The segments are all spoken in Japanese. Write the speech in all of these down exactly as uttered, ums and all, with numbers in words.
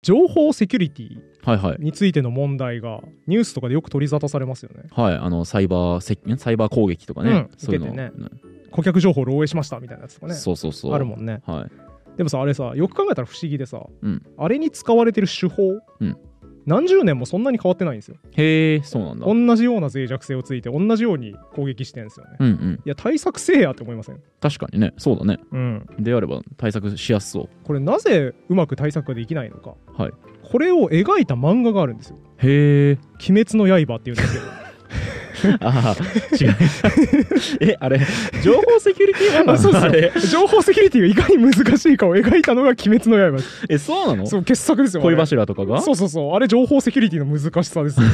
情報セキュリティはいはいについての問題がニュースとかでよく取り沙汰されますよね。 はい、あのサイバーセサイバー攻撃とかね、 うん、 そういうの受けてね、顧客情報漏洩しましたみたいなやつとかね、 そうそうそう、 あるもんね。 はい、 でもさ、あれさ、よく考えたら不思議でさ、 うん、 あれに使われてる手法、うん、何十年もそんなに変わってないんですよ。 へえ、そうなんだ。 同じような脆弱性をついて同じように攻撃してるんですよね。うんうん、いや対策せえやって思いません？ 確かにね、そうだね、 うん、 であれば対策しやすそう。 これなぜうまく対策ができないのか、 はい、 これを描いた漫画があるんですよ。 へえ、 鬼滅の刃っていうんですけどああ、違うえ、あれ情報セキュリティ漫画？ そうそう、あれ情報セキュリティがいかに難しいかを描いたのが鬼滅の刃です。 え、そうなの？ そう、傑作ですよ。 恋柱とかが？ そうそうそう、あれ情報セキュリティの難しさですよ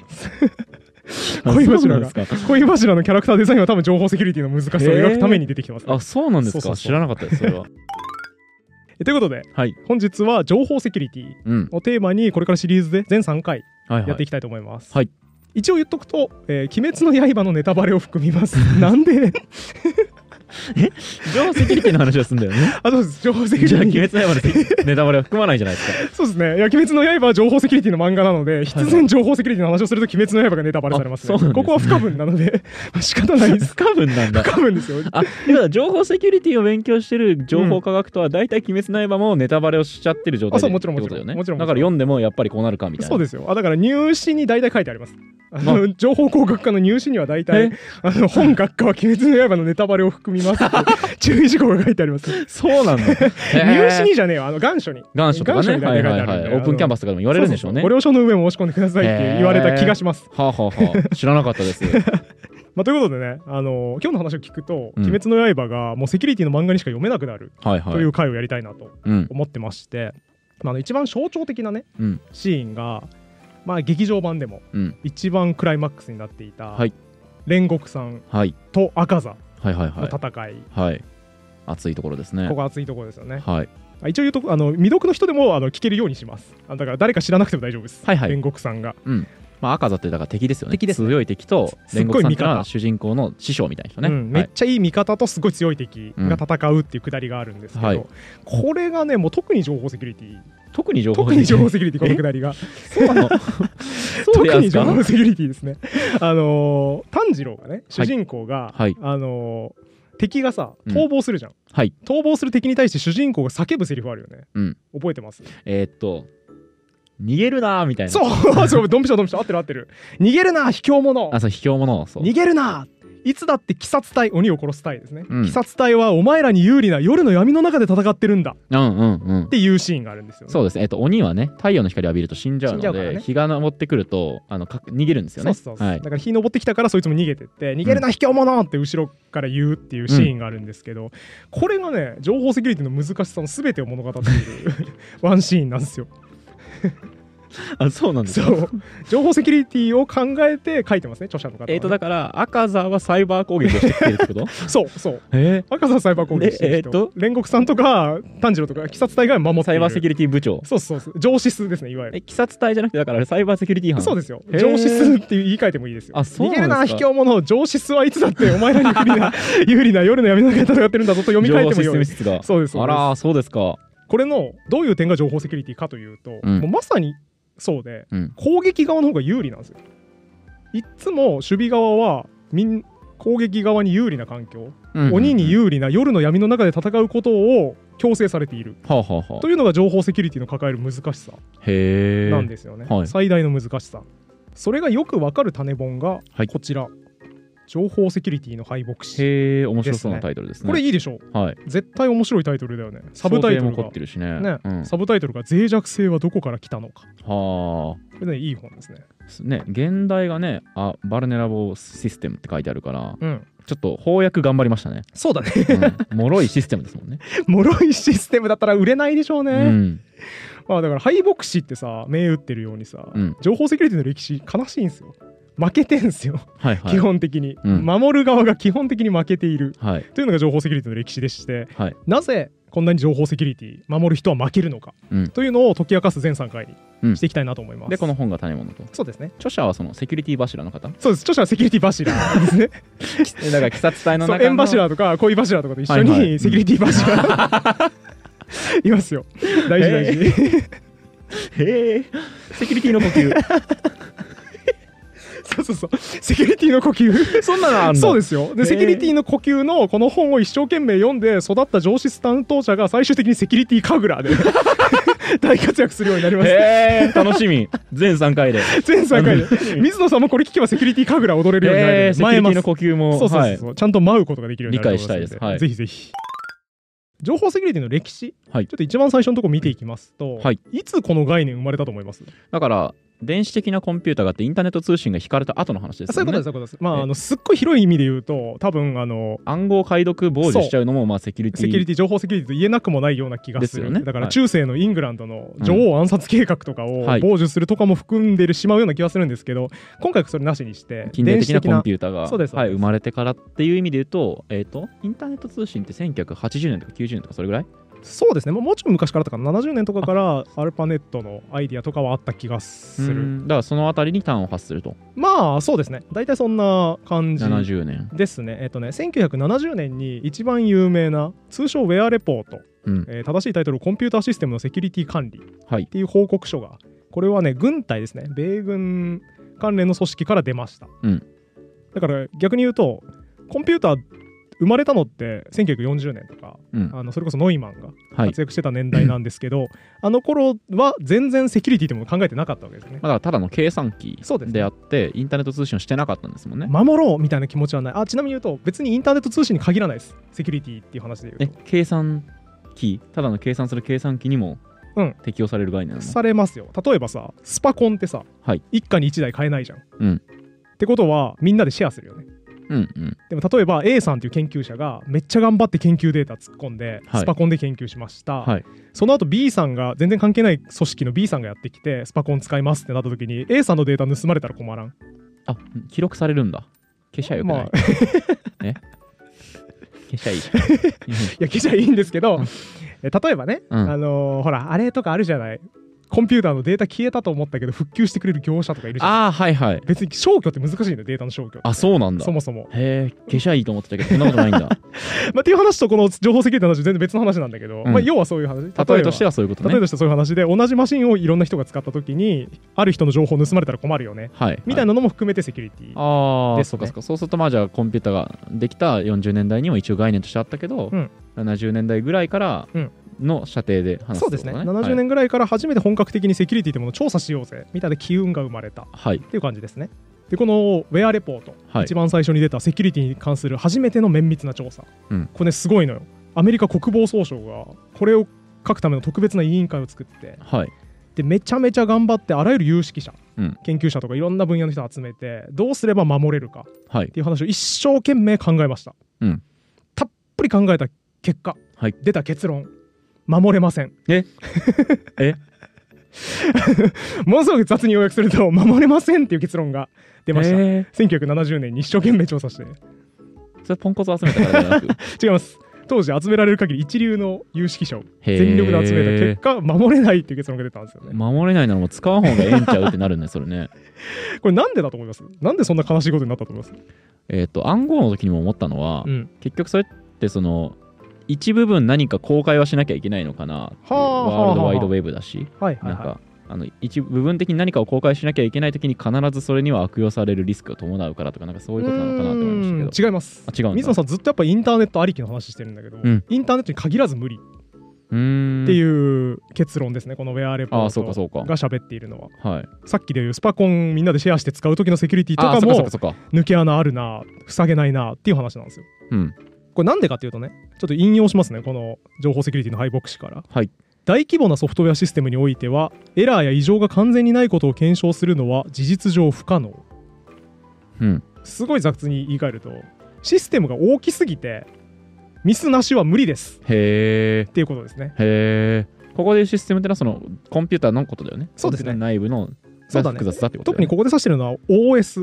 恋柱が恋柱のキャラクターデザインは多分情報セキュリティの難しさを描くために出てきてます、ね、 あ、そうなんですか。そうそうそう、知らなかったです、それはということで、はい、本日は情報セキュリティをテーマにこれからシリーズで全さんかいやっていきたいと思います、はいはい、一応言っとくと、えー、鬼滅の刃のネタバレを含みますなんでえ、情報セキュリティの話をするんだよね。 あ、そうです。情報セキュリティ。 じゃあ鬼滅の刃のネタバレは含まないじゃないですか。 そうですね。いや、鬼滅の刃は情報セキュリティの漫画なので、必然情報セキュリティの話をすると鬼滅の刃がネタバレされますね。ここは不可分なので仕方ないです。 不可分なんだ。 不可分ですよ。 あ、だから情報セキュリティを勉強してる情報科学とは大体鬼滅の刃もネタバレをしちゃってる状態で。あ、そう、もちろんもちろん。もちろん。だから読んでもやっぱりこうなるかみたいな。 そうですよ。あ、だから入試に大体書いてあります。あの情報工学科の入試には大体あの本学科は鬼滅の刃のネタバレを含みますって注意事項が書いてあります。 そうなんだ。 入試にじゃねえよ、あの願書に。 願書とかね、はいはいはい、オープンキャンパスとかでも言われるんでしょうね。 ご了承の上申し込んでくださいって言われた気がします。 はあはあはあ、知らなかったです。 まあ、ということでね、あのー、今日の話を聞くと、うん、鬼滅の刃がもうセキュリティの漫画にしか読めなくなる、はいはい、という回をやりたいなと思ってまして、うん、まあ、あの一番象徴的なね、うん、シーンが、まあ、劇場版でも一番クライマックスになっていた、はい、煉獄さんと赤座の戦い、はいはいはい、 熱いところですね。 ここ熱いところですよね。 はい、 一応言うと、あの未読の人でもあの聞けるようにします。だから誰か知らなくても大丈夫です。はいはい、煉獄さんが、うん、 まあ、赤座ってだから敵ですよね。敵です、ね、強い敵と煉獄さんっていうのは主人公の師匠みたいな人ね、うん、はい、 めっちゃいい味方とすごい強い敵が戦うっていうくだりがあるんですけど、うん、はい、これがねもう特に情報セキュリティ特に情報特に情報セキュリティこのくだりがそうなの特に情報セキュリティですね。あのー、炭治郎がね主人公が、はい、あのー、敵がさ逃亡するじゃん、うん、はい、逃亡する敵に対して主人公が叫ぶセリフあるよね、うん、覚えてます？ えー、っと逃げるなーみたいな。 そうそう、ドンピシャドンピシャ合ってる合ってる。逃げるなー卑怯者。 あ、そう、卑怯者。そう、 逃げるなーいつだって鬼殺隊、鬼を殺す隊ですね、うん、鬼殺隊はお前らに有利な夜の闇の中で戦ってるんだ、うんうんうん、っていうシーンがあるんですよね。 そうですね、えっと、鬼はね太陽の光を浴びると死んじゃうので、ね、日が昇ってくるとあのか逃げるんですよね。そうそうそう、はい、 だから日昇ってきたからそいつも逃げてって逃げるな卑怯者って後ろから言うっていうシーンがあるんですけど、うん、これがね情報セキュリティの難しさの全てを物語っているワンシーンなんですよ。 あ、そうなんですか。 そう、情報セキュリティを考えて書いてますね、著者の方は、ね。 えーとだから赤座はサイバー攻撃をしてきてるってことそうそう、 えー、赤座はサイバー攻撃してる人、えー、と煉獄さんとか炭治郎とか鬼殺隊が守っているサイバーセキュリティ部長。 そうそうそう、上司数ですね、いわゆる。 え鬼殺隊じゃなくてだからサイバーセキュリティ班。 そうですよ、上司数って言い換えてもいいですよ。 あ、そうなんですか。 逃げるな卑怯者、上司数はいつだってお前らに有利な有利な夜の闇の中で戦ってるんだぞと読み替えてもいい。 情報システム室が。 そうです。 あら、そうですか。 これのどういう点が情報セキュリティかというと、うん、もうまさにそうで、うん、攻撃側の方が有利なんですよ。いっつも守備側はみん攻撃側に有利な環境、うんうんうん、鬼に有利な夜の闇の中で戦うことを強制されている、はあはあ、というのが情報セキュリティの抱える難しさなんですよね。はい、最大の難しさ。それがよくわかる種本がこちら、はい、情報セキュリティの敗北史。 へー、面白そうなタイトルですね。 これいいでしょう、はい、絶対面白いタイトルだよね。サブタイトルが、ね、うん、サブタイトルが脆弱性はどこから来たのか。はあ、これねいい本ですね。 ね、現代がね、あ、バルネラボシステムって書いてあるから、うん、ちょっと翻訳頑張りましたね。 そうだね、 うん、脆いシステムですもんね。 脆いシステムだったら売れないでしょうね、うん、まあだから敗北史ってさ銘打ってるようにさ、うん、情報セキュリティの歴史悲しいんですよ。負けてんすよ、はいはい、基本的に、うん、守る側が基本的に負けている、はい、というのが情報セキュリティの歴史でして、はい、なぜこんなに情報セキュリティ守る人は負けるのか、うん、というのを解き明かす全さんかいにしていきたいなと思います、うん、 でこの本が種物と。 そうですね。 著者はそのセキュリティ柱の方。 そうです、著者はセキュリティ柱ですね。 だから鬼殺隊の中の縁柱とか恋柱とかと一緒にセキュリティ柱、はいはい、いますよ。大事大事、えーへえ、セキュリティの呼吸そうそうそう、セキュリティの呼吸そんなのあんだ。 そうですよ。でセキュリティの呼吸のこの本を一生懸命読んで育った上司担当者が最終的にセキュリティ神楽で大活躍するようになります。 へー、楽しみ。全さんかいで全さんかいで水野さんもこれ聞けばセキュリティ神楽踊れるようになるので、 セキュリティの呼吸もそうそうそうそう、はい、ちゃんと舞うことができるようになるので理解したいです、はい、 ぜひぜひ。情報セキュリティの歴史、 はい、 ちょっと一番最初のところ見ていきますと、はい、いつこの概念生まれたと思います？ だから電子的なコンピューターがあってインターネット通信が引かれた後の話ですよね。 そういうことです、そういうことです。まあ、あのすっごい広い意味で言うと、多分あの暗号解読傍受しちゃうのもまあセキュリティセキュリティ情報セキュリティと言えなくもないような気がする、ね、だから中世のイングランドの女王暗殺計画とかを傍受するとかも含んでるしまうような気がするんですけど、今回それなしにして近代的なコンピューターがそうです、はい、生まれてからっていう意味で言うと、えーと、インターネット通信ってせんきゅうひゃくはちじゅうねんとかきゅうじゅうねんとかそれぐらい？ そうですね、もうちょい昔からだったかな、ななじゅうねんとかからアルパネットのアイディアとかはあった気がする。 だからそのあたりに端を発すると。 まあそうですね、大体そんな感じななじゅうねんですね。えっとねせんきゅうひゃくななじゅうねんに一番有名な通称ウェアレポート、うんえー、正しいタイトルコンピューターシステムのセキュリティ管理っていう報告書が、はい、これはね軍隊ですね、米軍関連の組織から出ました、うん、だから逆に言うとコンピューター生まれたのってせんきゅうひゃくよんじゅうねんとか、うん、あのそれこそノイマンが活躍してた年代なんですけど、はい、あの頃は全然セキュリティってもの考えてなかったわけですね。 だからただの計算機であって、ね、インターネット通信をしてなかったんですもんね。 守ろうみたいな気持ちはない。あ、ちなみに言うと別にインターネット通信に限らないです、セキュリティっていう話で言うと。 え、計算機、ただの計算する計算機にも適用される概念なの？ されますよ。例えばさ、スパコンってさ、はい、一家に一台買えないじゃん、うん、ってことはみんなでシェアするよね。うんうん、でも例えば A さんという研究者がめっちゃ頑張って研究データ突っ込んで、はい、スパコンで研究しました、はい、その後 B さんが全然関係ない組織の B さんがやってきてスパコン使いますってなった時に A さんのデータ盗まれたら困らん？ あ、記録されるんだ。消しゃよくない、まあ、え消しゃいいいや消しゃいいんですけど、うん、例えばね、うん、あのー、ほらあれとかあるじゃない、コンピューターのデータ消えたと思ったけど復旧してくれる業者とかいるじゃん。 ああ、はいはい。 別に消去って難しいんだよ、データの消去って。 あ、そうなんだ。 そもそも。 へえ、消しゃいいと思ってたけどそんなことないんだまあっていう話とこの情報セキュリティの話全然別の話なんだけど、うん、まあ要はそういう話。 例えとしてはそういうことね。 例えとしてそういう話で、同じマシンをいろんな人が使った時にある人の情報を盗まれたら困るよね、はい、みたいなのも含めてセキュリティです、ね。 ああ、そうかそうか。そうするとまあじゃあコンピューターができたよんじゅうねんだいにも一応概念としてあったけど、うん、ななじゅうねんだいぐらいからの射程で話す、ね、 そうですね。ななじゅうねんぐらいから初めて本格的にセキュリティというものを調査しようぜみたいな機運が生まれた、はい、っていう感じですね。でこのウェアレポート、はい、一番最初に出たセキュリティに関する初めての綿密な調査、うん、これねすごいのよ。アメリカ国防総省がこれを書くための特別な委員会を作って、はい、でめちゃめちゃ頑張ってあらゆる有識者、うん、研究者とかいろんな分野の人を集めてどうすれば守れるかっていう話を一生懸命考えました、うん、たっぷり考えた結果、はい、出た結論、守れません。ええものすごく雑に要約すると守れませんっていう結論が出ました。せんきゅうひゃくななじゅうねんに一生懸命調査して。 それポンコツ集めたからじゃなく違います。当時集められる限り一流の有識者を全力で集めた結果守れないっていう結論が出たんですよね。 守れないならもう使わん方がええんちゃうってなるねそれね。 これなんでだと思います？なんでそんな悲しいことになったと思います？ えっと暗号の時にも思ったのは、うん、結局それってその一部分何か公開はしなきゃいけないのかなっていう、ワールドワイドウェブだし、はいはいはい、なんかあの一部分的に何かを公開しなきゃいけないときに必ずそれには悪用されるリスクが伴うからとか、なんかそういうことなのかなと思いましたけど。 違います。あ、違うんだ。水野さんずっとやっぱインターネットありきの話してるんだけど、うん、インターネットに限らず無理っていう結論ですね。このウェアレポートが喋っているのは、はい、さっきでいうスパコンみんなでシェアして使う時のセキュリティとかも抜け穴あるな、塞げないなっていう話なんですよ、うん、これなんでかっていうとね、ちょっと引用しますね、この情報セキュリティの敗北史から、はい、大規模なソフトウェアシステムにおいてはエラーや異常が完全にないことを検証するのは事実上不可能、うん、すごい雑に言い換えるとシステムが大きすぎてミスなしは無理ですへーっていうことですね。 へー、ここでシステムってのはそのコンピューターのことだよね。 そうですね、 内部の複雑だってことだよね。 特にここで指してるのは オーエス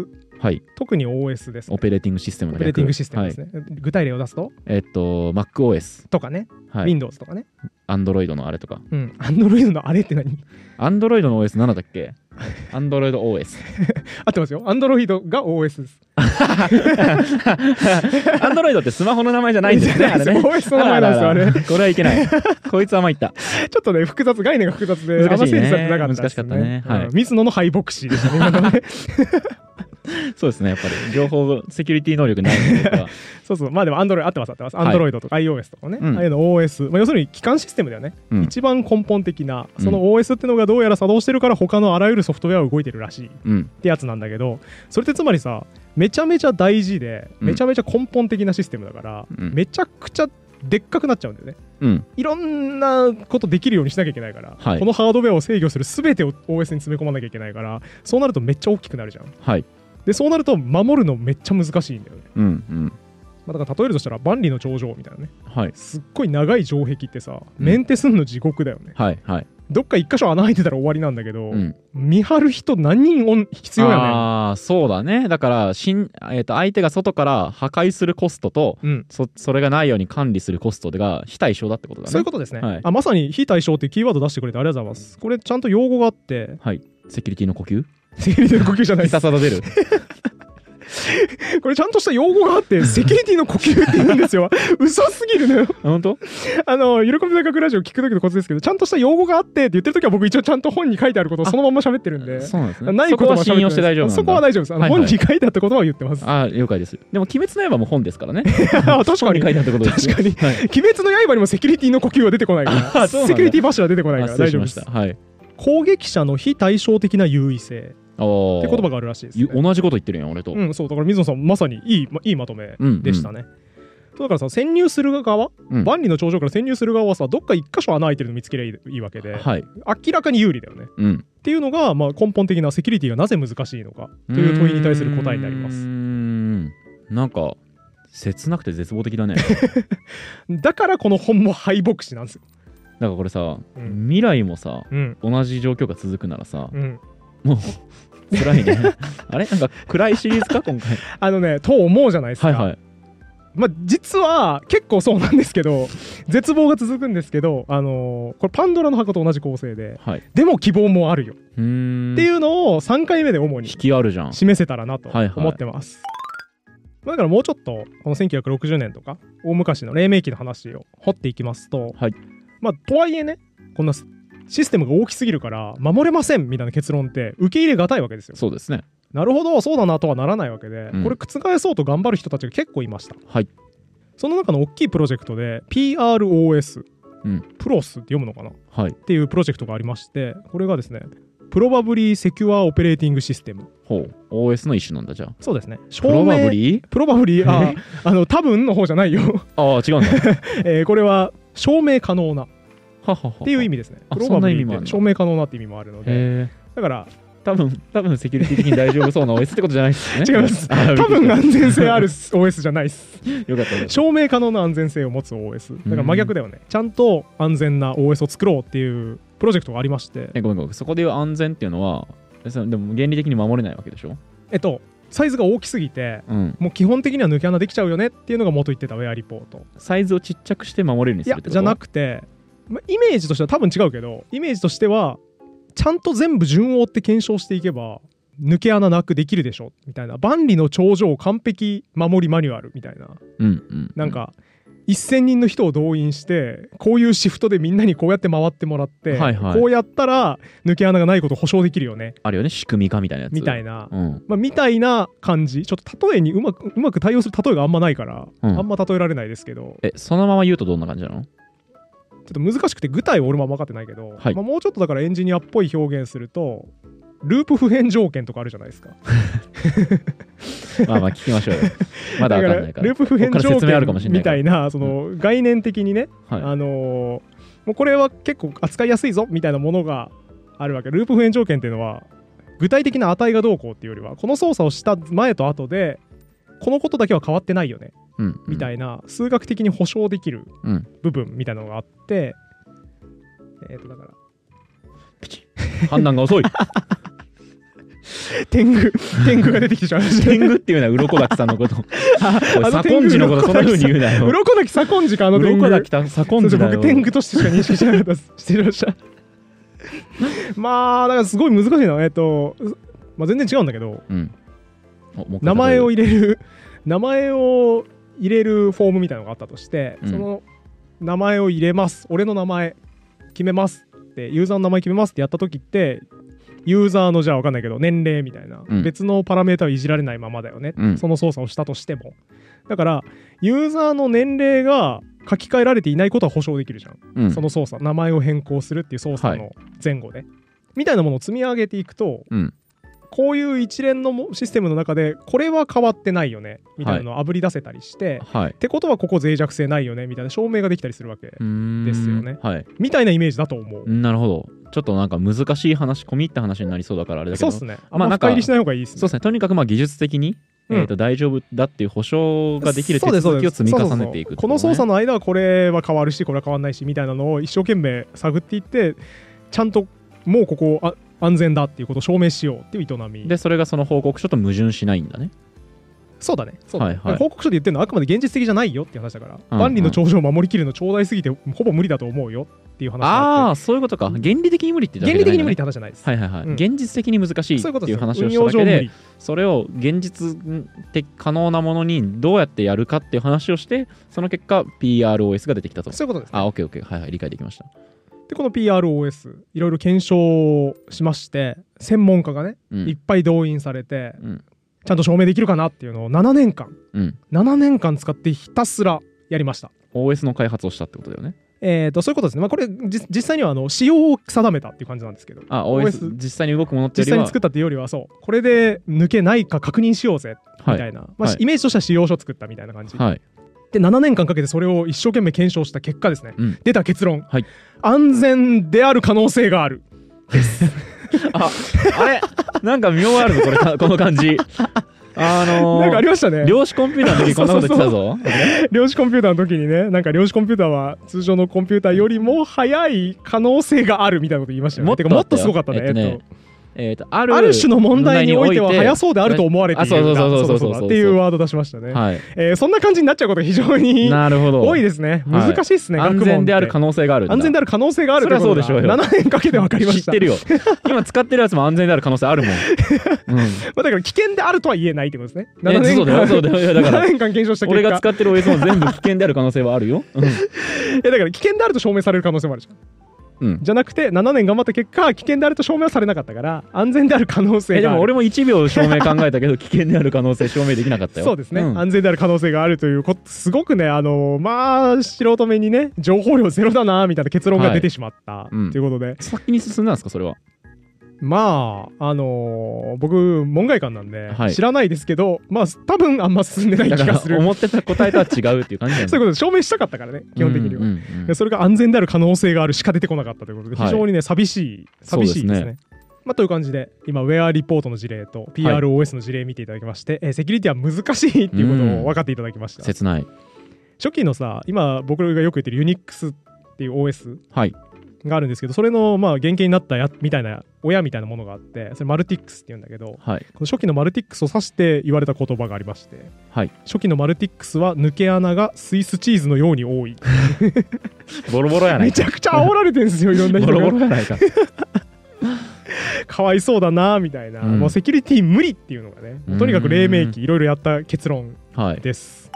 はい、 特に オーエス です、ね、 オペレーティングシステムの略オペレーティングシステムですね、はい、具体例を出すとえっと MacOS とかね、はい、Windows とかね、 Android のあれとか。 うん、Android のあれって何？ Android の オーエス 何だっけ？Android オーエス合ってますよ。Android が オーエス です。 Android ってスマホの名前じゃないんですね。あれね。 オーエス の名前なんですよ、あれ。 これはいけない。こいつは参った。 ちょっとね、複雑、概念が複雑で、 難しいね、 あんま整理されてなかったですね。 難しかったね。はい。 水野の敗北死でしたね、今のね。 そうですね、やっぱり情報セキュリティ能力ないのでそうそう、まあでも Android 合ってます合ってます、はい、Android とか iOS とかね、うん、ああいうの オーエス、まあ、要するに基幹システムだよね、うん、一番根本的なその オーエス ってのがどうやら作動してるから他のあらゆるソフトウェアが動いてるらしい、うん、ってやつなんだけど、それってつまりさ、めちゃめちゃ大事でめちゃめちゃ根本的なシステムだから、うん、めちゃくちゃでっかくなっちゃうんだよね、うん、いろんなことできるようにしなきゃいけないから、はい、このハードウェアを制御する全てを オーエス に詰め込まなきゃいけないから、そうなるとめっちゃ大きくなるじゃん、はい、でそうなると守るのめっちゃ難しいんだよね、うんうんまあ、だから例えるとしたら万里の長城みたいなね、はい、すっごい長い城壁ってさ、うん、メンテすんの地獄だよね、はいはい、どっか一箇所穴開いてたら終わりなんだけど、うん、見張る人何人必要やねん。 ああそうだね。だからしん、えー、と相手が外から破壊するコストと、うん、そ, それがないように管理するコストが非対称だってことだね。 そういうことですね、はい、あまさに非対称っていうキーワード出してくれてありがとうございます。これちゃんと用語があって、 はい、セキュリティの呼吸セキュリティの呼吸じゃないです。 必殺技出るこれちゃんとした用語があってセキュリティの呼吸って言うんですよ。嘘すぎるのよ。 本当？ あの喜び大学ラジオ聞く時のコツですけど、ちゃんとした用語があってって言ってる時は僕一応ちゃんと本に書いてあることをそのまま喋ってるんで、 そうなんですね。 ないことは信用して大丈夫なんだ。そこは大丈夫です。あの、はいはい、本に書いてあったことは言ってます。 あ、了解です。でも鬼滅の刃も本ですからね。確かに書いてあったことです。 確かに、はい、鬼滅の刃にもセキュリティの呼吸は出てこないからセキュリティ柱出てこないから大丈夫です。はい、攻撃者の非対称的な優位性って言葉があるらしいです、ね、 同じこと言ってるやん俺と。 うん、そうだから水野さんまさにいい、ま、いいまとめでしたね、うんうん、そうだからさ、潜入する側、うん、万里の長城から潜入する側はさ、どっか一箇所穴開いてるの見つけりゃいいわけで、はい、明らかに有利だよね、うん、っていうのが、まあ、根本的なセキュリティがなぜ難しいのかという問いに対する答えになります。うーん、なんか切なくて絶望的だね。 だからこの本も敗北史なんですよ。 だからこれさ、うん、未来もさ、うん、同じ状況が続くならさ、うん、もう暗いね。あれなんか暗いシリーズか今回。 あのね、と思うじゃないですか。はいはい。まあ実は結構そうなんですけど、絶望が続くんですけど、あのー、これパンドラの箱と同じ構成で、はい、でも希望もあるよっていうのをさんかいめで主に示せたらなと思ってます。だからもうちょっとこのせんきゅうひゃくろくじゅうねんとか大昔の黎明期の話を掘っていきますと、はい、まあとはいえね、こんなシステムが大きすぎるから守れませんみたいな結論って受け入れがたいわけですよ。 そうですね。 なるほど、そうだなとはならないわけで、うん、これ覆そうと頑張る人たちが結構いました。はい。その中の大きいプロジェクトで ピーアールオーエス、うん、プロスって読むのかな、はい、っていうプロジェクトがありまして、これがですね、プロバブリーセキュアオペレーティングシステム。 ほう、オーエス の一種なんだじゃあ。 そうですね。 プロバブリー？ プロバブリー、あ、あの多分の方じゃないよ。 ああ、違うんだ。 えー、これは証明可能な。 はははっていう意味ですね。 プロバブリーって証明可能なって意味もあるので、だから多分多分セキュリティ的に大丈夫そうな オーエス ってことじゃないですね。 違います。多分安全性ある オーエス じゃないです。 よかったです。 証明可能な安全性を持つ オーエス。だから真逆だよね。ちゃんと安全な オーエス を作ろうっていうプロジェクトがありまして。 え、ごめんごめん。そこでいう安全っていうのは、でも原理的に守れないわけでしょ？ えっとサイズが大きすぎて、うん、もう基本的には抜け穴できちゃうよねっていうのが元言ってたウェアリポート。 サイズをちっちゃくして守れるようにするってこと？ いやじゃなくて、ま、イメージとしては多分違うけど、イメージとしてはちゃんと全部順を追って検証していけば抜け穴なくできるでしょみたいな、万里の長城完璧守りマニュアルみたいな、うんうんうん、なんかせんにんの人を動員してこういうシフトでみんなにこうやって回ってもらって、はいはい、こうやったら抜け穴がないことを保証できるよね、 あるよね、仕組み化みたいなやつみたいな、うん、まあ、みたいな感じ。ちょっと例えにうまくうまく対応する例えがあんまないから、うん、あんま例えられないですけど。 え、そのまま言うとどんな感じなの？ ちょっと難しくて具体は俺も分かってないけど、はい、まあ、もうちょっとだからエンジニアっぽい表現するとループ不変条件とかあるじゃないですか。 まあまあ聞きましょうよ。まだ分かんないから。 ループ不変条件みたいなその概念的にね、うん、はい、あのー、もうこれは結構扱いやすいぞみたいなものがあるわけ。ループ不変条件っていうのは具体的な値がどうこうっていうよりは、この操作をした前と後でこのことだけは変わってないよね、うんうん、みたいな数学的に保証できる部分みたいなのがあって、うん、えっ、ー、とだから判断が遅い。 天狗天狗が出てきてしまいました。 天狗っていうのは鱗滝さんのこと。左近次のことそんな風に言うなよ。 鱗滝左近次かあの天狗。 鱗滝左近次だよ。 僕天狗としてしか認識しなかったです。してました。まあだからすごい難しいな。えっと、まあ、全然違うんだけど、うん、名前を入れる名前を入れるフォームみたいなのがあったとして、うん、その名前を入れます、俺の名前決めますってユーザーの名前決めますってやった時って、ユーザーのじゃあ分かんないけど年齢みたいな、うん、別のパラメータをいじられないままだよね、うん、その操作をしたとしても。だからユーザーの年齢が書き換えられていないことは保証できるじゃん、うん、その操作、名前を変更するっていう操作の前後で、はい、みたいなものを積み上げていくと、うん、こういう一連のシステムの中でこれは変わってないよねみたいなのをあぶり出せたりして、はい、ってことはここ脆弱性ないよねみたいな証明ができたりするわけですよね、はい、みたいなイメージだと思う。 なるほど。ちょっとなんか難しい話、込み入った話になりそうだからあれだけど、 そうですね、あんま深入りしない方がいいですね。 そうですね、とにかくまあ技術的に、うん、えーと大丈夫だっていう保証ができる手続きを積み重ねていく、ね、 この操作の間はこれは変わるしこれは変わらないしみたいなのを一生懸命探っていって、ちゃんともうここあ安全だっていうことを証明しようっていう営みで、それがその報告書と矛盾しないんだね。 そうだね、そうだね、はいはい、報告書で言ってるのはあくまで現実的じゃないよっていう話だから、うんうん、万里の長城を守りきるの長大すぎてほぼ無理だと思うよっていう話。 ああ、そういうことか。原理的に無理って言ったら、ね、原理的に無理って話じゃないです。 はいはいはい、うん、現実的に難しいっていう話をしただけで、それを現実的可能なものにどうやってやるかっていう話をして、その結果 ピーアールオーエス が出てきたと。 そういうことです、ね、 あ、オッケーオッケー、はいはい、理解できました。 でこの ピーアールオーエス いろいろ検証しまして、専門家がね、うん、いっぱい動員されて、うん、ちゃんと証明できるかなっていうのをななねんかん、うん、ななねんかん使ってひたすらやりました。 オーエス の開発をしたってことだよね。 えーとそういうことですね。まあこれ実際にはあの仕様を定めたっていう感じなんですけど、 あ オーエス 実際に動くものっていうよりは実際に作ったっていうよりは、そうこれで抜けないか確認しようぜみたいな、はいまあはい、イメージとしては仕様書作ったみたいな感じ、はい、でななねんかんかけてそれを一生懸命検証した結果ですね、うん、出た結論、はい、安全である可能性があるですあ, あれなんか妙あるぞこれこの感じあのー、 なんかありましたね。 量子コンピューターの時こんなこと言ってたぞ。 量子コンピューターの時にね、なんか量子コンピューターは通常のコンピューターよりも速い可能性があるみたいなこと言いましたよね。もっと、もっとすごかったね。えっとねえー、と あ, るある種の問題においては速そうであると思われているっていうワード出しましたね、はいえー、そんな感じになっちゃうことが非常に多いですね。難しいですね、 はい、安全である可能性がある。 安全である可能性がある。 それはそうでしょうよ。 ななねんかけて分かりました。 知ってるよ今使ってるやつも安全である可能性あるもん、うんまあ、 だから危険であるとは言えないってことですね。 ななねんかん、えー、そうだよだからななねんかん検証した結果俺が使ってる オーエス も全部危険である可能性はあるよ、うん、いやだから危険であると証明される可能性もあるじゃん。うん、じゃなくてななねん頑張った結果危険であると証明はされなかったから安全である可能性がある。 えでも俺もいちびょう証明考えたけど危険である可能性証明できなかったよ。 そうですね、うん、安全である可能性があるというこすごくねあのまあ素人目にね情報量ゼロだなみたいな結論が出てしまった、はい、ということで、うん、 先に進んだんですかそれは。 まああのー、僕門外漢なんで、はい、知らないですけどまあ多分あんま進んでない気がする。 思ってた答えとは違うっていう感じなんですそういうことで証明したかったからね基本的には、うんうんうん、それが安全である可能性があるしか出てこなかったということで、はい、非常にね寂しい寂しいですね。そうですね。まあ、という感じで今ウェアリポートの事例と ピーアールオーエス の事例見ていただきまして、はいえー、セキュリティは難しいっていうことを分かっていただきました。 切ない。 初期のさ今僕がよく言ってる Unix っていう オーエス、はいがあるんですけど、それのまあ原型になったやみたいな親みたいなものがあって、それマルティックスって言うんだけど、はい、この初期のマルティックスを指して言われた言葉がありまして、はい、初期のマルティックスは抜け穴がスイスチーズのように多いボロボロやないか。 めちゃくちゃ煽られてるんですよいろんな人がボロボロやないかかわいそうだなみたいな、うん、もうセキュリティ無理っていうのがねとにかく黎明期いろいろやった結論です、はい、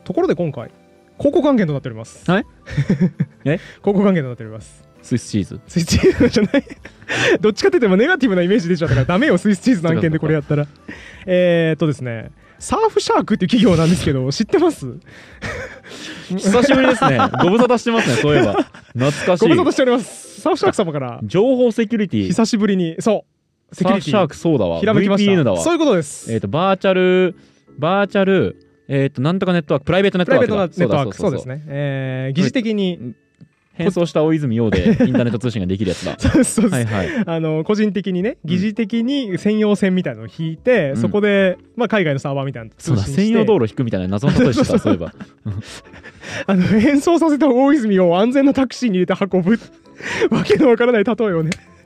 ところで今回広告案件となっております。はいえ広告案件となっております。 スイスチーズスイスチーズじゃないどっちかって言ってもネガティブなイメージ出ちゃったからダメよスイスチーズの案件でこれやったらえーっとですねサーフシャークっていう企業なんですけど知ってます久しぶりですねご無沙汰してますねそういえば懐かしい。 ご無沙汰しております。サーフシャーク様から情報セキュリティ久しぶりにそうセキュリティサーフシャークそうだわひらめきました。 ブイピーエヌ だわ。 そういうことです。 えーっとバーチャルバーチャルえー、となんとかネットワークプライベートネットワークプライベートネットワークそうですね、えー、疑似的に変装した大泉洋でインターネット通信ができるやつだそうそうです、はいはい、あの個人的にね疑似的に専用線みたいなのを引いて、うん、そこで、まあ、海外のサーバーみたいなの通信してそうだ専用道路引くみたいな謎の例えしてたそういえばあの変装させた大泉を安全なタクシーに入れて運ぶわけのわからない例えをね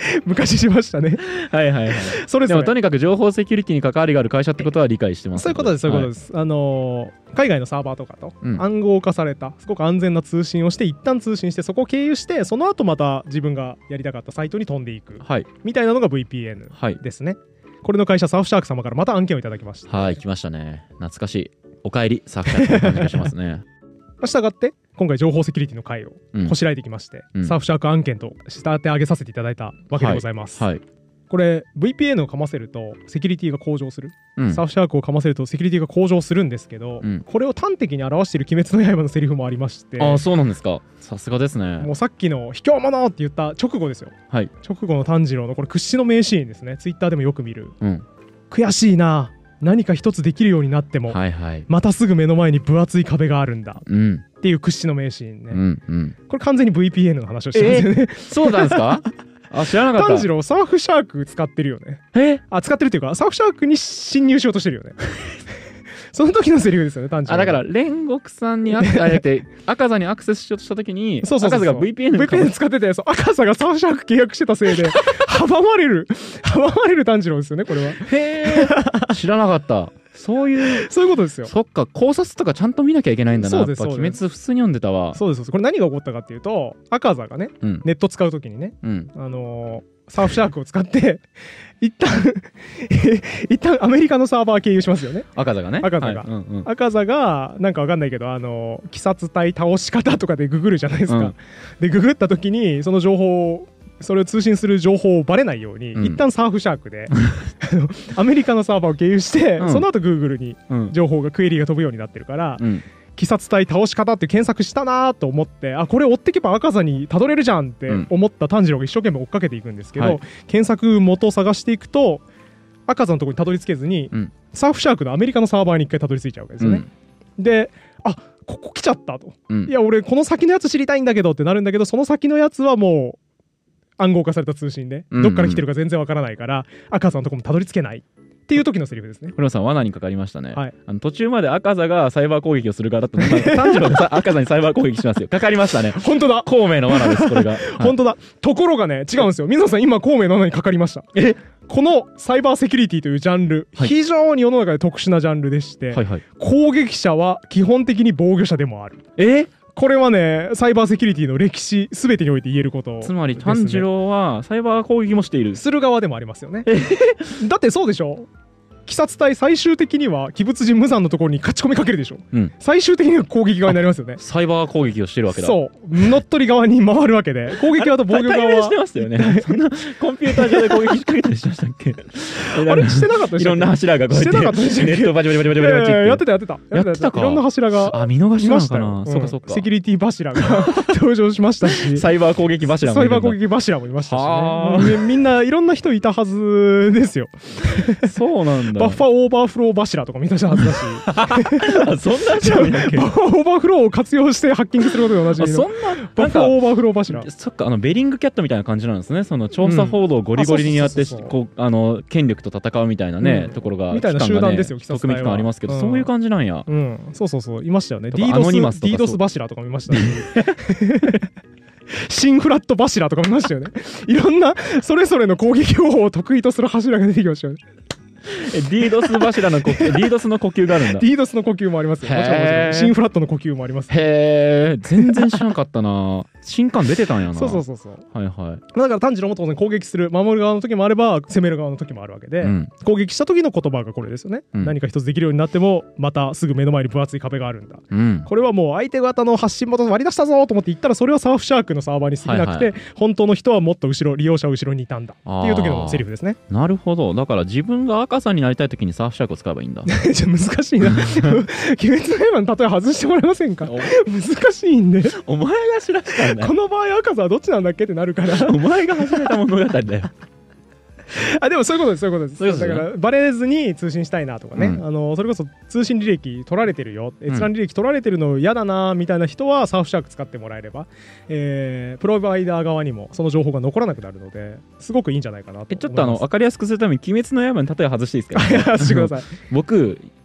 昔しましたね。 はいはいはい。それでもとにかく情報セキュリティに関わりがある会社ってことは理解してます。 そういうことです、そういうことです。はい、あのー、海外のサーバーとかと暗号化された、すごく安全な通信をして、一旦通信して、そこを経由して、その後また自分がやりたかったサイトに飛んでいく、はい、みたいなのが ブイピーエヌ ですね。はい、これの会社、サーフシャーク様からまた案件をいただきました。 はい、来ましたね。懐かしい。おかえり、サーフシャークの感じがしますね。 したがって今回情報セキュリティの回をこしらえてきまして、うん、サーフシャーク案件と仕立て上げさせていただいたわけでございます。はいはい、これ ブイピーエヌ をかませるとセキュリティが向上する、うん、サーフシャークをかませるとセキュリティが向上するんですけど、うん、これを端的に表している鬼滅の刃のセリフもありまして。 ああ、そうなんですか。さすがですね。 もうさっきの卑怯者って言った直後ですよ。はい、直後の炭治郎のこれ屈指の名シーンですね。ツイッターでもよく見る、うん、悔しいな、何か一つできるようになっても、はいはい、またすぐ目の前に分厚い壁があるんだ、うん、っていう屈指の名シーンね、うんうん、これ完全に ブイピーエヌ の話をしてますよね、えー、 そうなんですか。あ、知らなかった。 炭治郎サーフシャーク使ってるよね。えあ使ってるっていうかサーフシャークに侵入しようとしてるよね。その時のセリフですよね、炭治郎。 あ、だから煉獄さんにあって赤座にアクセスしようとした時に赤座が ブイピーエヌブイピーエヌ 使ってて、そう赤座がサーフシャーク契約してたせいで阻まれる阻まれる炭治郎ですよね、これは。へえ、知らなかった。そういうそういうことですよ。 そっか、考察とかちゃんと見なきゃいけないんだな。やっぱ鬼滅普通に読んでたわ。 そうです。これ何が起こったかっていうと、赤座がね、うん、ネット使う時にね、うん、あのー、サーフシャークを使って一旦一旦アメリカのサーバー経由しますよね。 赤座がね。 赤座が、はい、うんうん、赤座がなんかわかんないけど、あのー、鬼殺隊倒し方とかでググるじゃないですか。うん、でググった時にその情報をそれを通信する情報をバレないように、うん、一旦サーフシャークでアメリカのサーバーを経由して、うん、その後 Google に情報が、クエリが飛ぶようになってるから、うん、鬼殺隊倒し方って検索したなと思って、あこれ追っていけば赤座にたどれるじゃんって思った炭治郎が一生懸命追っかけていくんですけど、はい、検索元を探していくと赤座のところにたどり着けずに、うん、サーフシャークのアメリカのサーバーに一回たどり着いちゃうわけですよね。うん、であここ来ちゃったと、うん、いや俺この先のやつ知りたいんだけどってなるんだけど、その先のやつはもう暗号化された通信でどっから来てるか全然わからないから、うんうん、赤座のところもたどり着けないっていう時のセリフですね。 黒さん罠にかかりましたね。はい、あの途中まで赤座がサイバー攻撃をする側だったので炭治郎が赤座にサイバー攻撃しますよ。かかりましたね。 本当だ、 孔明の罠ですこれが。はい、 本当だ。ところがね違うんですよ。水野さん今孔明の罠にかかりました。えこのサイバーセキュリティというジャンル、はい、非常に世の中で特殊なジャンルでして、はいはい、攻撃者は基本的に防御者でもある。えこれはねサイバーセキュリティの歴史全てにおいて言えることですね。 つまり炭治郎はサイバー攻撃もしている、 する側でもありますよね。だってそうでしょ、鬼殺隊最終的には鬼物人無惨のところに勝ち込みかけるでしょ、うん、最終的には攻撃側になりますよね。 サイバー攻撃をしてるわけだ。 そう乗っ取り側に回るわけで、攻撃側と防御側は対面してましたよね。そんなコンピューター上で攻撃しかけたりしましたっけ？ あれしてなかったでしょ。 いろんな柱がこうやってネットバチバチバチバチバチやってたやってたやってたか。 いろんな柱があ見逃しましたな。そうかそうか。 セキュリティ柱が登場しましたし、 サイバー攻撃柱もサイバー攻撃柱もいましたしね。みんないろんな人いたはずですよ。 そうなんだ。 バッファーオーバーフロー柱とか見たはずだし。 そんな柱見たっけ？ バッファーオーバーフローを活用してハッキングすることでおなじみの。 そんなバッファーオーバーフロー柱。 そっか、あのベリングキャットみたいな感じなんですね。その調査報道をゴリゴリにやってこうあの権力と戦うみたいなね、うん、ところがみたいな集団ですよ。 特別感ありますけど、うん、そういう感じなんや。 うん、そうそうそういましたよね。ディードス ディードス 柱とか見ましたね。シンフラット柱とか見ましたよね。いろんなそれぞれの攻撃方法を得意とする柱が出てきましたよね。 ディードス 柱の呼吸、ディードス の呼吸があるんだ。 ディードス の呼吸もありますよ。もちろんもちろん。シンフラットの呼吸もあります。 へえ、全然知らなかったな。新刊出てたんやな。 そうそうそうそう。 はいはい。 だから炭治郎も当然攻撃する、守る側の時もあれば攻める側の時もあるわけで、うん、攻撃した時の言葉がこれですよね、うん、何か一つできるようになってもまたすぐ目の前に分厚い壁があるんだ、うん、これはもう相手方の発信元割り出したぞと思って言ったら、それはサーフシャークのサーバーに過ぎなくて、はいはい、本当の人はもっと後ろ、利用者は後ろにいたんだっていう時のセリフですね。 なるほど。だから自分が赤さんになりたい時にサーフシャークを使えばいいんだ。 じゃ難しいな。鬼滅の刃の例え外してもらえませんか？難しいんで。 お前が知らせたんだよ。 この場合赤さはどっちなんだっけってなるから。 お前が始めた物語だよ。 あでもそういうことですそういうことです。そういうことですね。だからバレずに通信したいなとかね、うん、あのそれこそ通信履歴取られてるよ、閲覧履歴取られてるの嫌だなみたいな人はサーフシャーク使ってもらえれば、えー、プロバイダー側にもその情報が残らなくなるのですごくいいんじゃないかなと思います。 えちょっとあの分かりやすくするために鬼滅の刃に例え外していいですか？ 外してください。 僕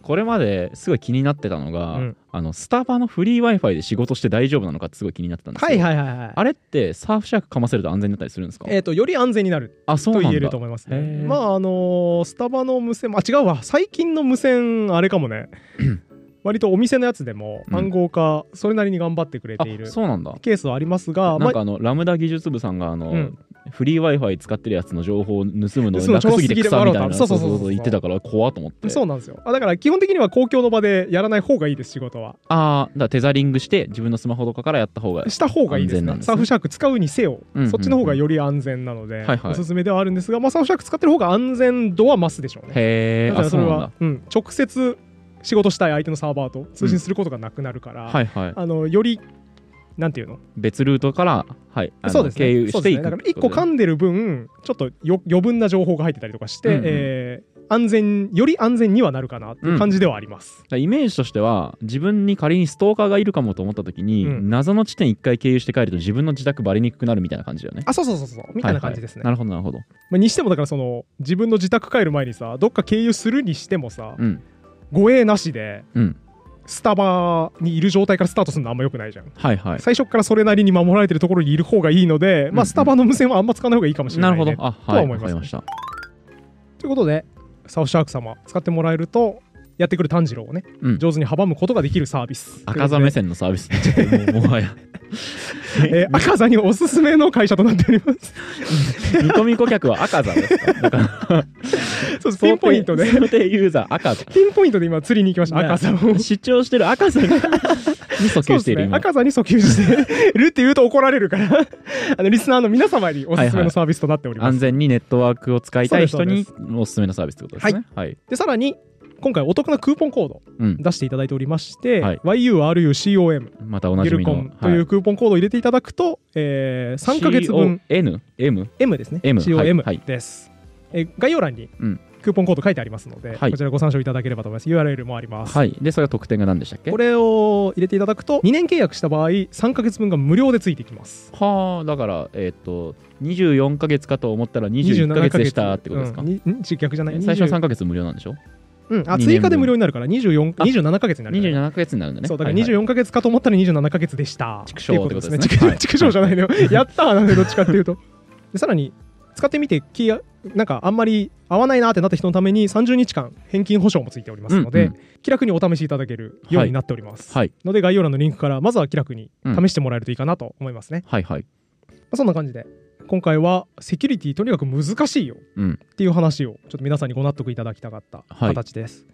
これまですごい気になってたのが、うん、あのスタバのフリー Wi-Fi で仕事して大丈夫なのかってすごい気になってたんですけど、 はいはいはいはい、 あれってサーフシャークかませると安全になったりするんですか？ えーと、より安全になるあ、そうなんだと言えると思いますね。まああのー、スタバの無線、あ違うわ、最近の無線あれかもね割とお店のやつでも暗号化それなりに頑張ってくれている、うん、 そうなんだケースはありますが、 なんかあのラムダ技術部さんがあの、うん、フリー Wi-Fi 使ってるやつの情報を盗むの楽すぎて草みたいなそうそうそうそう言ってたから怖っと思って。 そうなんですよ。あだから基本的には公共の場でやらない方がいいです、仕事は。 ああ、だからテザリングして自分のスマホとかからやった方がした方がいいですね。サーフシャーク使うにせよ、うんうんうん、そっちの方がより安全なので、はいはい、おすすめではあるんですが、まあ、サーフシャーク使ってる方が安全度は増すでしょうね。 へえ。 だからそれは、うん、直接仕事したい相手のサーバーと通信することがなくなるから、うんはいはい、あのよりなんていうの別ルートから、はい、あのそうですね、経由していく、ね、だからいっこ噛んでる分ちょっとよ余分な情報が入ってたりとかして、うんうんえー、安全より安全にはなるかなっていう感じではあります、 うん、イメージとしては自分に仮にストーカーがいるかもと思った時に、うん、謎の地点いっかい経由して帰ると自分の自宅バレにくくなるみたいな感じだよね。 あそうそうそうそうみたいな感じですね、 はいはい、なるほどなるほど、 まあ、にしてもだからその自分の自宅帰る前にさどっか経由するにしてもさ、うん、護衛なしで、うんスタバにいる状態からスタートするのあんま良くないじゃん、はいはい、最初からそれなりに守られてるところにいる方がいいので、うんうん、まあ、スタバの無線はあんま使わない方がいいかもしれない、ね、 なるほど、あ、はい、 とは思います、ね、 わかりました。 ということでサーフシャーク様使ってもらえるとやってくる炭治郎をね、うん、上手に阻むことができるサービス、 赤座目線のサービスになっちゃってもうもはやえー、赤座におすすめの会社となっておりますニコミコ客は赤座ですか？だからそうです、ピンポイントで想定ユーザー赤座、 ピンポイントで今釣りに行きました。赤座を主張してる赤座に訴求している、ね、 今赤座に訴求してるって言うと怒られるからあのリスナーの皆様におすすめのサービスとなっております、 はいはい、安全にネットワークを使いたい人におすすめのサービスということですね。 はい、はい、でさらに今回お得なクーポンコード出していただいておりまして、うんはい、ワイユーアールユーシーオーエムまたおなじみのゲルコンというクーポンコードを入れていただくと、えー、さんかげつぶんシーオーエヌ？エム？ M ですね M シーオーエム です、はいはい、え概要欄にクーポンコード書いてありますので、はい、こちらご参照いただければと思います。 ユーアールエル もあります、 はい、でそれは特典が何でしたっけ？ これを入れていただくとにねん契約した場合さんかげつぶんが無料でついてきます。 はあ、だからえっ、ー、とにじゅうよんかげつかと思ったらにじゅういっかげつでしたってことですか？うん、 逆じゃない、 最初はさんかげつ無料なんでしょ？ うん、あ追加で無料になるからにじゅうよん、にじゅうななかげつになる、ね、 にじゅうななかげつになるんだね。 そうだからにじゅうよんかげつかと思ったらにじゅうななかげつでした畜生ってことですね。 畜生じゃないのよやったーなんでどっちかっていうとでさらに使ってみて気がなんかあんまり合わないなってなった人のためにさんじゅうにちかん返金保証もついておりますので、うんうん、気楽にお試しいただけるようになっております、はい、ので概要欄のリンクからまずは気楽に試してもらえるといいかなと思いますね、うん、はいはい、まあ、そんな感じで今回はセキュリティとにかく難しいよっていう話をちょっと皆さんにご納得いただきたかった形です、はい、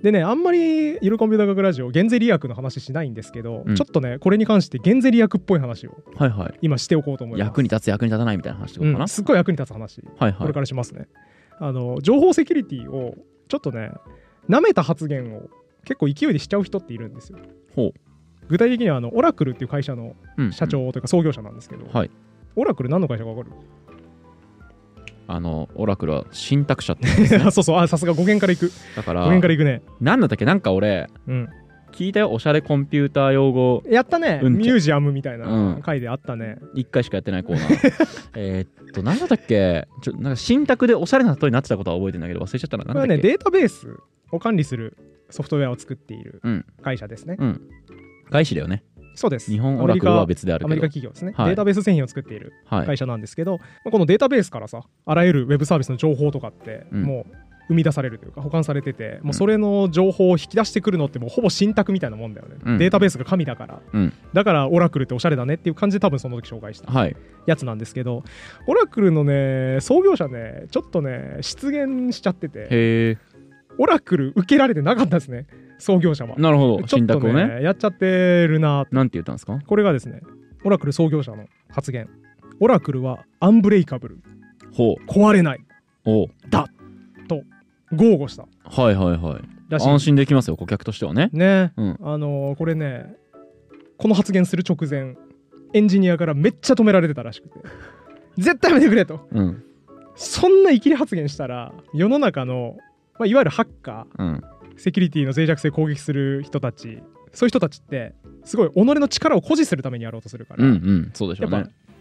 でね、あんまりゆるコンピューター学ラジオ減税利益の話しないんですけど、うん、ちょっとねこれに関して減税利益っぽい話を今しておこうと思います、はいはい、 役に立つ役に立たないみたいな話ってことかな、うん、 すっごい役に立つ話、はいはい、これからしますね。あの情報セキュリティをちょっとね舐めた発言を結構勢いでしちゃう人っているんですよ。ほう、具体的にはあのオラクルっていう会社の社長というか創業者なんですけど、うんうん、はい、オラクル何の会社か分かる？ あのオラクルは信託者って言うんですねそうそう、あ、さすが語源からいく。だから語源からいくね。 なんだったっけ、なんか俺、うん、聞いたよ、おしゃれコンピューター用語やったね、ミュージアムみたいな回であったね、 いっかいしかやってないコーナーえっとなんだったっけ、ちょなんか信託でおしゃれな例えになってたことは覚えてんだけど忘れちゃったな。なんだっけ。これはねデータベースを管理するソフトウェアを作っている会社ですね、うんうん、 外資だよね。 そうです。 日本オラクルは別であるけどアメリカ企業ですね、はい、データベース製品を作っている会社なんですけど、はい、このデータベースからさあらゆるウェブサービスの情報とかってもう生み出されるというか保管されてて、もうそれの情報を引き出してくるのってもうほぼ信託みたいなもんだよね、うん、データベースが神だから、うん、だからオラクルっておしゃれだねっていう感じで多分その時紹介したやつなんですけど、はい、オラクルのね創業者ねちょっとね失言しちゃってて、へー、オラクル受けられてなかったですね、創業者は。 なるほど、信託をねやっちゃってるな。 なんて言ったんですか？ これがですねオラクル創業者の発言、オラクルはアンブレイカブル、ほう、壊れないおだと豪語した。 はいはいはい。安心できますよ顧客としてはね。 ね、うん、あのー、これねこの発言する直前エンジニアからめっちゃ止められてたらしくて絶対やめてくれと、うん、そんなイキリ発言したら世の中の、まあ、いわゆるハッカー、うん、セキュリティの脆弱性攻撃する人たち、そういう人たちってすごい己の力を誇示するためにやろうとするから、うんうん、 そうでしょうね。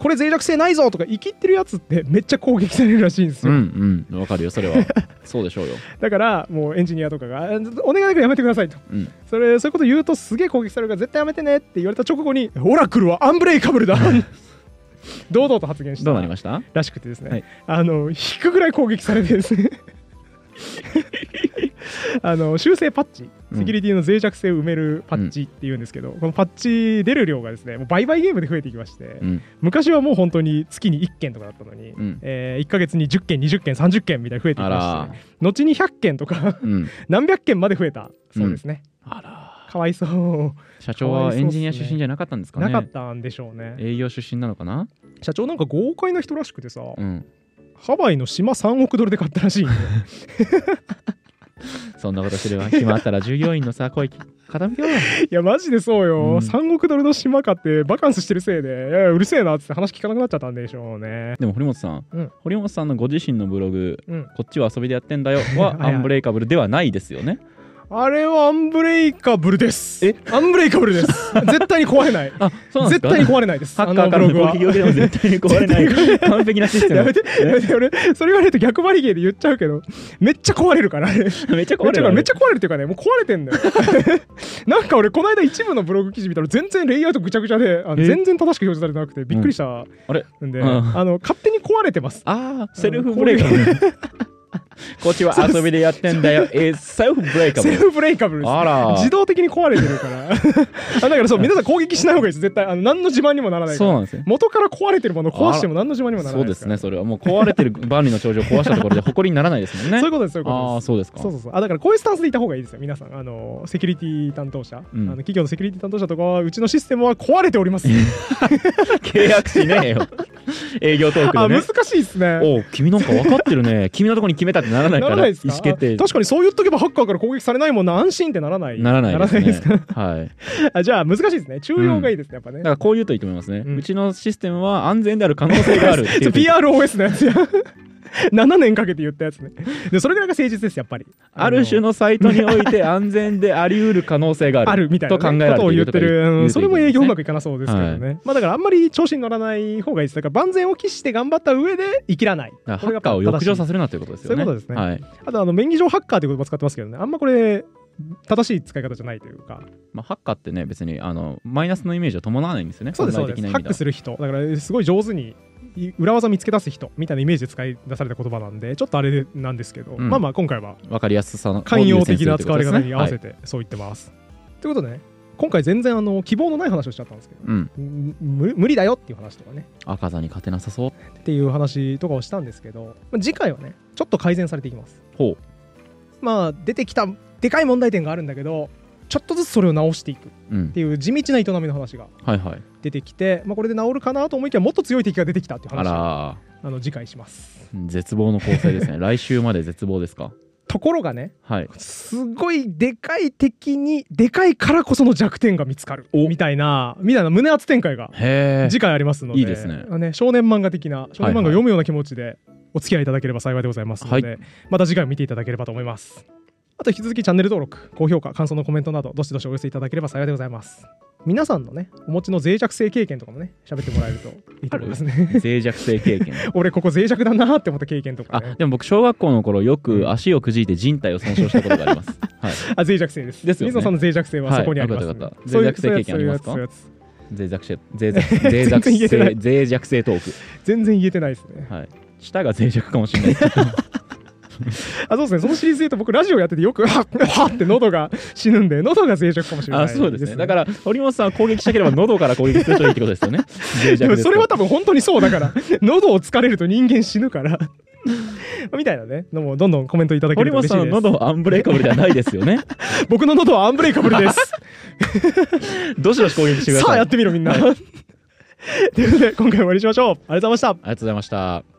これ脆弱性ないぞとか生きってるやつってめっちゃ攻撃されるらしいんですよ。 うんうん、わかるよそれは。そうでしょうよ。 だからもうエンジニアとかがお願いだからやめてくださいと、うん、それそういうこと言うとすげえ攻撃されるから絶対やめてねって言われた直後にオラクルはアンブレイカブルだ堂々と発言したどうなりましたらしくてですね、はい、あの引くぐらい攻撃されてですねあの修正パッチ、セキュリティの脆弱性を埋めるパッチっていうんですけど、うん、このパッチ出る量がですねもう倍々ゲームで増えていきまして、うん、昔はもう本当に月にいっけんとかだったのに、うんえー、いっかげつにじゅっけんにじゅっけんさんじゅっけんみたいに増えていきまして後にひゃっけんとか、うん、何百件まで増えたそうですね、うん、あらかわいそう社長はエンジニア出身じゃなかったんですかね。 なかったんでしょうね。 営業出身なのかな。 社長なんか豪快な人らしくてさ、うん、ハワイの島さんおくドルで買ったらしいんでそんなことすれば暇あったら従業員のさ声傾けようよ。 いやマジでそうよ、うん、さんおくドルの島買ってバカンスしてるせいでいやうるせえなって話聞かなくなっちゃったんでしょうね。 でも堀本さん、うん、堀本さんのご自身のブログ、うん、こっちは遊びでやってんだよはアンブレイカブルではないですよね。 あれはアンブレイカブルです。えアンブレイカブルです絶対に壊れない。あそうなんですか。絶対に壊れないです。 ハッカーからの攻撃を受けても絶対に壊れない完璧なシステム。 やめてやめて俺それ言われると逆張り芸で言っちゃうけどめっちゃ壊れるからめっちゃ壊れるめっちゃ壊れるっていうかねもう壊れてんだよなんか俺この間一部のブログ記事見たら全然レイアウトぐちゃぐちゃであの全然正しく表示されてなくてびっくりした、うん、あれんで、うん、あの勝手に壊れてます。 ああセルフブレイカブルこっちは遊びでやってんだよ。えセルフブレイカブル。 セルフブレイカブルです。あら自動的に壊れてるからあだからそう皆さん攻撃しない方がいいです。絶対あの何の自慢にもならないから。そうなんですよ。元から壊れてるものを壊しても何の自慢にもならないそうですね。それはもう壊れてる万里の長城を壊したところで誇りにならないですもんね。 そういうことですそういうことです。 ああそうですか。 そうそうそうあだからこういうスタンスでいた方がいいですよ皆さん。あのセキュリティ担当者、うん、あの企業のセキュリティ担当者とかはうちのシステムは壊れております契約しねえよ営業トークでね。 あ難しいですね。 お君なんか分かってるね君のところに決めたってならないから。ならないですか。意思決定。 確かにそう言っとけばハッカーから攻撃されないもんな安心ってならない。 ならないですね。ならないですか。はい。 あじゃあ難しいですね。中庸がいいですね、うん、やっぱね。 だからこう言うといいと思いますね。うん、うちのシステムは安全である可能性があるっていう。 ピーアールオーエス のやつや。ななねんかけて言ったやつね。でそれぐらいが誠実ですやっぱり。 ある種のサイトにおいて安全であり得る可能性がある。 あるみたいな、ね、と考えられているとか言ってる、うん、それも営業うまくいかなそうですけどね。はい、まあだからあんまり調子に乗らない方がいいです。だから万全を期して頑張った上で生きらない。 ハッカーを抑上させるなということですよね。 そういうことですね。はい、あとあの便宜上ハッカーという言葉使ってますけどね。あんまこれ正しい使い方じゃないというか、 まあ、ハッカーってね別にあのマイナスのイメージは伴わないんですよね。 そうですそうです。ハックする人だからすごい上手に裏技見つけ出す人みたいなイメージで使い出された言葉なんでちょっとあれなんですけど、うん、まあまあ今回は分かりやすさの寛容的な使われ方に合わせてそう言ってます。と、はい、いうことでね今回全然あの希望のない話をしちゃったんですけど、うん、無理だよっていう話とかね赤座に勝てなさそうっていう話とかをしたんですけど次回はねちょっと改善されていきます。ほうまあ出てきたでかい問題点があるんだけどちょっとずつそれを直していくっていう地道な営みの話が出てきて、はいはいまあ、これで治るかなと思いきやもっと強い敵が出てきたっていう話をああの次回します。 絶望の構成ですね来週まで絶望ですか。 ところがね、はい、すごいでかい敵にでかいからこその弱点が見つかるみたいなみたいな胸熱展開が次回ありますのでいいですね。 ね少年漫画的な少年漫画を読むような気持ちでお付き合いいただければ幸いでございますので、はい、また次回を見ていただければと思います。あと引き続きチャンネル登録、高評価、感想のコメントなどどしどしお寄せいただければ幸いでございます。皆さんのねお持ちの脆弱性経験とかもね喋ってもらえるといいと思いますね。 脆弱性経験俺ここ脆弱だなって思った経験とかね。 あでも僕小学校の頃よく足をくじいて人体を損傷したことがあります、はい、 あ脆弱性です。ですよね。水野さんの脆弱性はそこにあります、ね。はい、 脆弱性経験ありますか。脆弱性脆弱性脆弱性脆弱性トーク全然言えてないですね。 はい舌が脆弱かもしれないあそうですね。そのシリーズで言うと僕ラジオやっててよくはっはって喉が死ぬんで喉が脆弱かもしれないです、ね、 あそうですね。だから堀本さんは攻撃したければ喉から攻撃するといいってことですよね。脆弱です。 それは多分本当にそうだから喉を突かれると人間死ぬからみたいなねのもどんどんコメントいただけると嬉しいです。 堀本さんの喉はアンブレイカブルではないですよね。 僕の喉はアンブレイカブルですどしどし攻撃してください。 さあやってみろみんな、はい、ということで今回も終わりにしましょう。ありがとうございました。ありがとうございました。